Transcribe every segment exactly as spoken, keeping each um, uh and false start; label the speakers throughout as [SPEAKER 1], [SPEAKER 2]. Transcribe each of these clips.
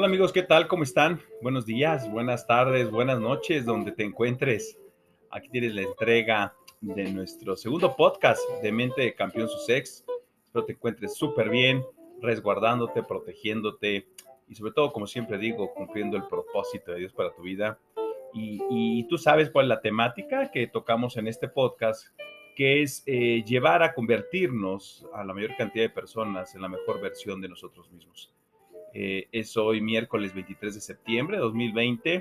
[SPEAKER 1] Hola amigos, ¿qué tal? ¿Cómo están? Buenos días, buenas tardes, buenas noches, donde te encuentres. Aquí tienes la entrega de nuestro segundo podcast de Mente de Campeón Sussex. Espero te encuentres súper bien, resguardándote, protegiéndote y sobre todo, como siempre digo, cumpliendo el propósito de Dios para tu vida. Y, y tú sabes cuál es la temática que tocamos en este podcast, que es eh, llevar a convertirnos a la mayor cantidad de personas en la mejor versión de nosotros mismos. Eh, es hoy miércoles veintitrés de septiembre de dos mil veinte,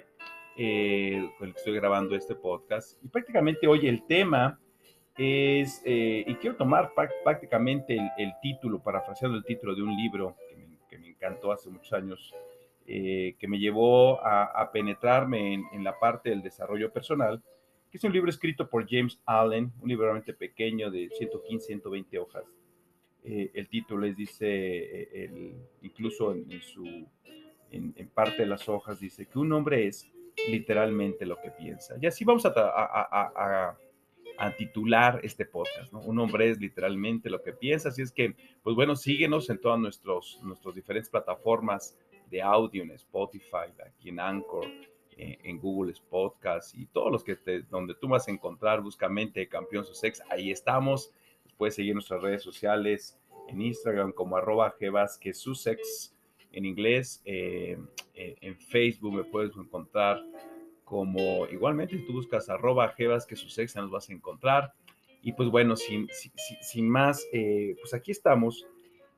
[SPEAKER 1] eh, con el que estoy grabando este podcast. Y prácticamente hoy el tema es, eh, y quiero tomar prácticamente el, el título, parafraseando el título de un libro que me, que me encantó hace muchos años, eh, que me llevó a, a penetrarme en, en la parte del desarrollo personal, que es un libro escrito por James Allen, un libro realmente pequeño de ciento quince, ciento veinte hojas. Eh, el título les dice, eh, el, incluso en, en su, en, en, parte de las hojas, dice que un hombre es literalmente lo que piensa. Y así vamos a, a, a, a, a titular este podcast, ¿no? Un hombre es literalmente lo que piensa. Así es que, pues bueno, síguenos en todas nuestros, nuestras diferentes plataformas de audio, en Spotify, aquí en Anchor, eh, en Google Podcast y todos los que te, donde tú vas a encontrar, busca Mente de Campeón Sussex, ahí estamos. Puedes seguir nuestras redes sociales en Instagram como arroba Sussex en inglés. Eh, eh, en Facebook me puedes encontrar como igualmente, si tú buscas arroba Sussex, nos vas a encontrar. Y pues bueno, sin, sin, sin más, eh, pues aquí estamos.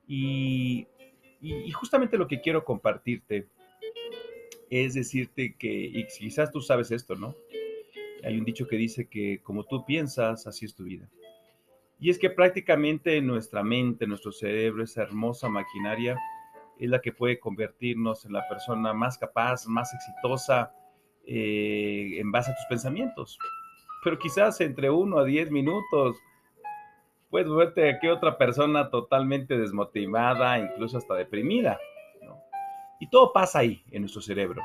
[SPEAKER 1] Y, y, y justamente lo que quiero compartirte es decirte que, y quizás tú sabes esto, ¿no? Hay un dicho que dice que como tú piensas, así es tu vida. Y es que prácticamente nuestra mente, nuestro cerebro, esa hermosa maquinaria, es la que puede convertirnos en la persona más capaz, más exitosa, eh, en base a tus pensamientos. Pero quizás entre uno a diez minutos puedes verte a que otra persona totalmente desmotivada, incluso hasta deprimida, ¿no? Y todo pasa ahí, en nuestro cerebro.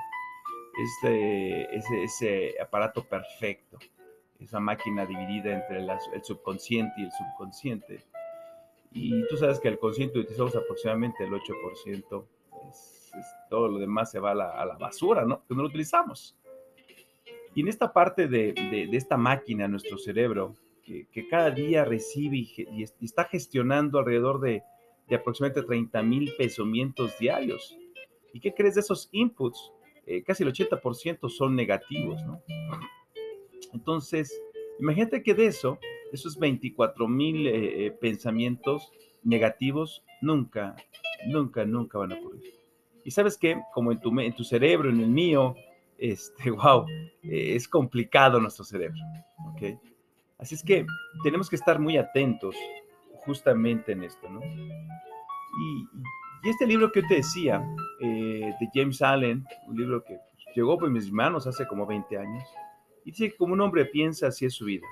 [SPEAKER 1] Este, ese, ese aparato perfecto, esa máquina dividida entre la, el subconsciente y el subconsciente. Y tú sabes que el consciente utilizamos aproximadamente el ocho por ciento. Es, es, todo lo demás se va a la, a la basura, ¿no? Que no lo utilizamos. Y en esta parte de, de, de esta máquina, nuestro cerebro, que, que cada día recibe y, y, y está gestionando alrededor de, de aproximadamente treinta mil pensamientos diarios. ¿Y qué crees de esos inputs? Eh, casi el ochenta por ciento son negativos, ¿no? Entonces, imagínate que de eso, esos veinticuatro mil eh, pensamientos negativos, nunca, nunca, nunca van a ocurrir. Y sabes qué, como en tu, en tu cerebro, en el mío, este, wow, eh, es complicado nuestro cerebro, ¿ok? Así es que tenemos que estar muy atentos justamente en esto, ¿no? Y, y este libro que yo te decía, eh, de James Allen, un libro que pues, llegó por mis manos hace como veinte años, y dice que como un hombre piensa, así es su vida.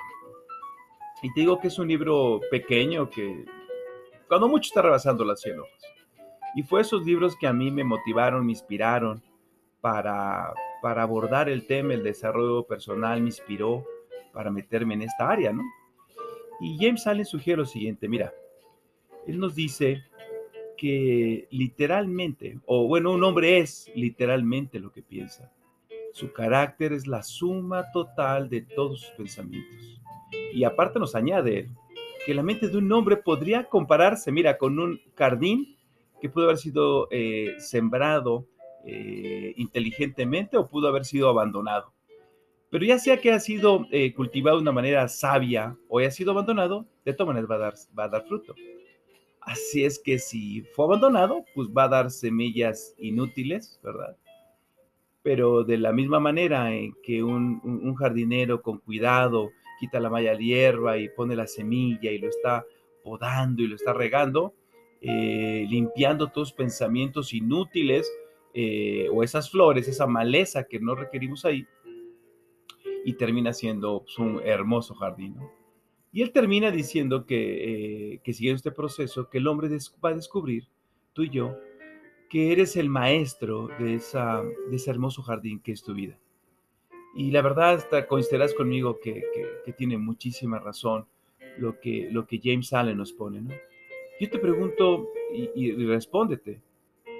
[SPEAKER 1] Y te digo que es un libro pequeño que, cuando mucho, está rebasando las cien hojas. Y fue esos libros que a mí me motivaron, me inspiraron para, para abordar el tema, el desarrollo personal, me inspiró para meterme en esta área, ¿no? Y James Allen sugiere lo siguiente, mira, él nos dice que literalmente, o bueno, un hombre es literalmente lo que piensa. Su carácter es la suma total de todos sus pensamientos. Y aparte nos añade que la mente de un hombre podría compararse, mira, con un jardín que pudo haber sido eh, sembrado eh, inteligentemente o pudo haber sido abandonado. Pero ya sea que ha sido eh, cultivado de una manera sabia o haya sido abandonado, de todas maneras va a dar, va a dar fruto. Así es que si fue abandonado, pues va a dar semillas inútiles, ¿verdad? Pero de la misma manera en que un, un, un jardinero con cuidado quita la malla de hierba y pone la semilla y lo está podando y lo está regando, eh, limpiando todos los pensamientos inútiles, eh, o esas flores, esa maleza que no requerimos ahí, y termina siendo pues, un hermoso jardín, ¿no? Y él termina diciendo que, eh, que siguiendo este proceso, que el hombre des- va a descubrir, tú y yo, que eres el maestro de, esa, de ese hermoso jardín que es tu vida. Y la verdad, hasta coincidirás conmigo que, que, que tiene muchísima razón lo que, lo que James Allen nos pone, ¿no? Yo te pregunto y, y respóndete,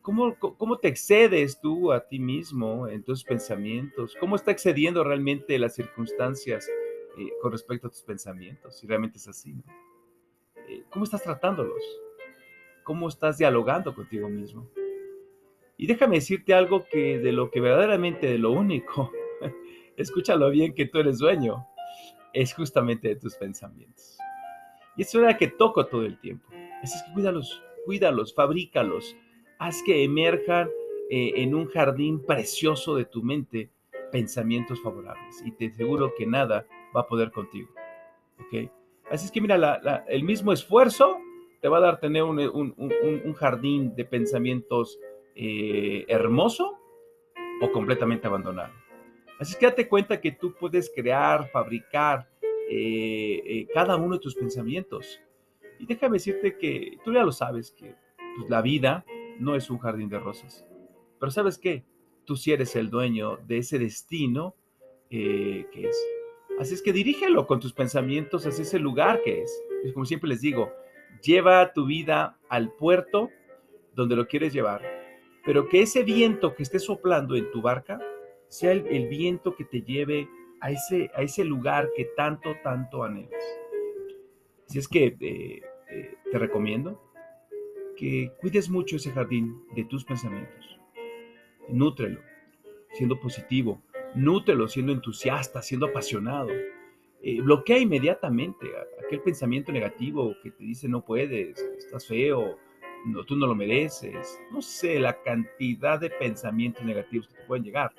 [SPEAKER 1] ¿Cómo, co- cómo te excedes tú a ti mismo en tus pensamientos? ¿Cómo está excediendo realmente las circunstancias eh, con respecto a tus pensamientos? Si realmente es así, ¿no? Eh, ¿Cómo estás tratándolos? ¿Cómo estás dialogando contigo mismo? Y déjame decirte algo que de lo que verdaderamente, de lo único, escúchalo bien, que tú eres dueño, es justamente de tus pensamientos. Y es una que toco todo el tiempo. Así es que cuídalos, cuídalos, fabrícalos, haz que emerjan eh, en un jardín precioso de tu mente pensamientos favorables. Y te aseguro que nada va a poder contigo. ¿Ok? Así es que mira, la, la, el mismo esfuerzo te va a dar tener un, un, un, un jardín de pensamientos eh, hermoso o completamente abandonado. Así es que date cuenta que tú puedes crear, fabricar eh, eh, cada uno de tus pensamientos. Y déjame decirte que tú ya lo sabes, que pues, la vida no es un jardín de rosas. Pero ¿sabes qué? Tú sí eres el dueño de ese destino eh, que es. Así es que dirígelo con tus pensamientos hacia ese lugar que es. Es como siempre les digo, lleva tu vida al puerto donde lo quieres llevar, pero que ese viento que esté soplando en tu barca sea el, el viento que te lleve a ese, a ese lugar que tanto, tanto anhelas. Así es que eh, eh, te recomiendo que cuides mucho ese jardín de tus pensamientos. Nútrelo, siendo positivo. Nútrelo, siendo entusiasta, siendo apasionado. Eh, bloquea inmediatamente aquel pensamiento negativo que te dice no puedes, estás feo, no, tú no lo mereces. No sé, la cantidad de pensamientos negativos que te pueden llegar.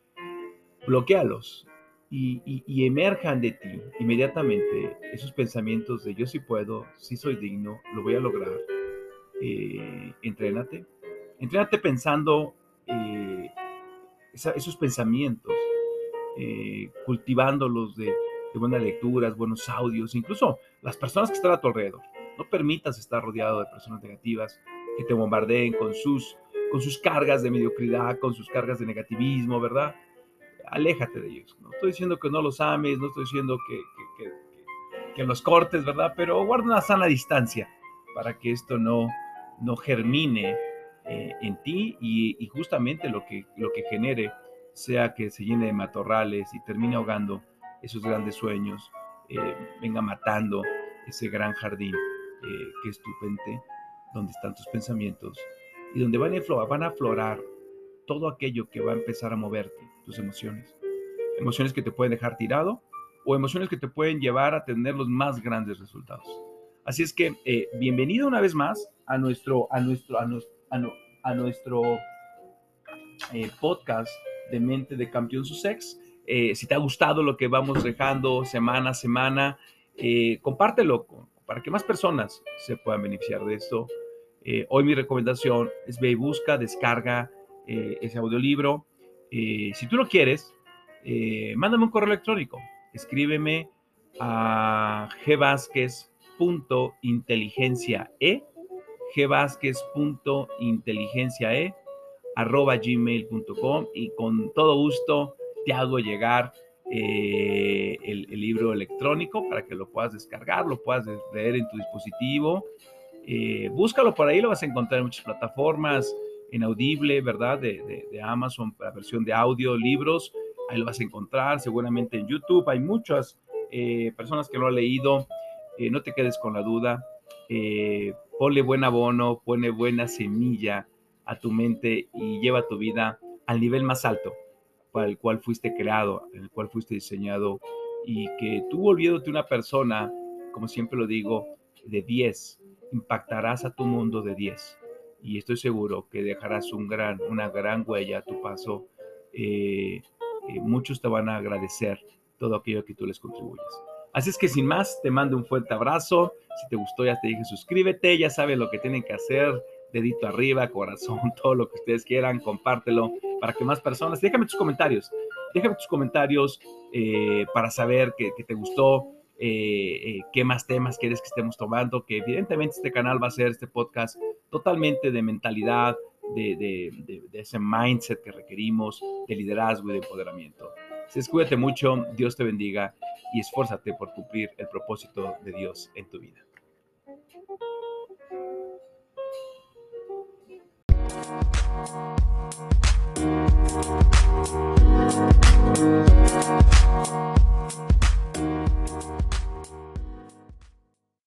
[SPEAKER 1] Bloquealos y, y, y emerjan de ti inmediatamente esos pensamientos de yo sí puedo, sí soy digno, lo voy a lograr. Eh, entrénate. Entrénate pensando eh, esa, esos pensamientos, eh, cultivándolos de, de buenas lecturas, buenos audios, incluso las personas que están a tu alrededor. No permitas estar rodeado de personas negativas que te bombardeen con sus, con sus cargas de mediocridad, con sus cargas de negativismo, ¿verdad? Aléjate de ellos. No estoy diciendo que no los ames, no estoy diciendo que, que, que, que, que los cortes, ¿verdad? Pero guarda una sana distancia para que esto no, no germine eh, en ti y, y justamente lo que, lo que genere sea que se llene de matorrales y termine ahogando esos grandes sueños, eh, venga matando ese gran jardín eh, que es tu mente, donde están tus pensamientos y donde van a, aflorar, van a aflorar todo aquello que va a empezar a moverte, tus emociones. Emociones que te pueden dejar tirado o emociones que te pueden llevar a tener los más grandes resultados. Así es que eh, bienvenido una vez más a nuestro, a nuestro, a nuestro, a, no, a nuestro eh, podcast de Mente de Campeón Sussex. Eh, si te ha gustado lo que vamos dejando semana a semana, eh, compártelo para que más personas se puedan beneficiar de esto. Eh, hoy mi recomendación es ve y busca, descarga eh, ese audiolibro. Eh, si tú lo quieres, eh, mándame un correo electrónico. Escríbeme a gvasquez.inteligenciae, gvasquez.inteligenciae arroba gmail punto com y con todo gusto te hago llegar eh, el, el, libro electrónico para que lo puedas descargar, lo puedas leer en tu dispositivo. Eh, búscalo por ahí, lo vas a encontrar en muchas plataformas, en Audible, ¿verdad? De, de, de Amazon, la versión de audio, libros, ahí lo vas a encontrar, seguramente en YouTube, hay muchas eh, personas que lo han leído, eh, no te quedes con la duda, eh, ponle buen abono, ponle buena semilla a tu mente y lleva tu vida al nivel más alto para el cual fuiste creado, en el cual fuiste diseñado y que tú volviéndote una persona, como siempre lo digo, de diez, impactarás a tu mundo de diez y estoy seguro que dejarás un gran, una gran huella a tu paso. Eh, eh, muchos te van a agradecer todo aquello que tú les contribuyes. Así es que sin más, te mando un fuerte abrazo. Si te gustó, ya te dije, suscríbete, ya sabes lo que tienen que hacer, dedito arriba, corazón, todo lo que ustedes quieran, compártelo para que más personas, déjame tus comentarios, déjame tus comentarios eh, para saber que, que te gustó, eh, eh, qué más temas quieres que estemos tomando, que evidentemente este canal va a ser este podcast totalmente de mentalidad, de, de, de, de ese mindset que requerimos, de liderazgo y de empoderamiento. Entonces, cuídate mucho, Dios te bendiga y esfuérzate por cumplir el propósito de Dios en tu vida.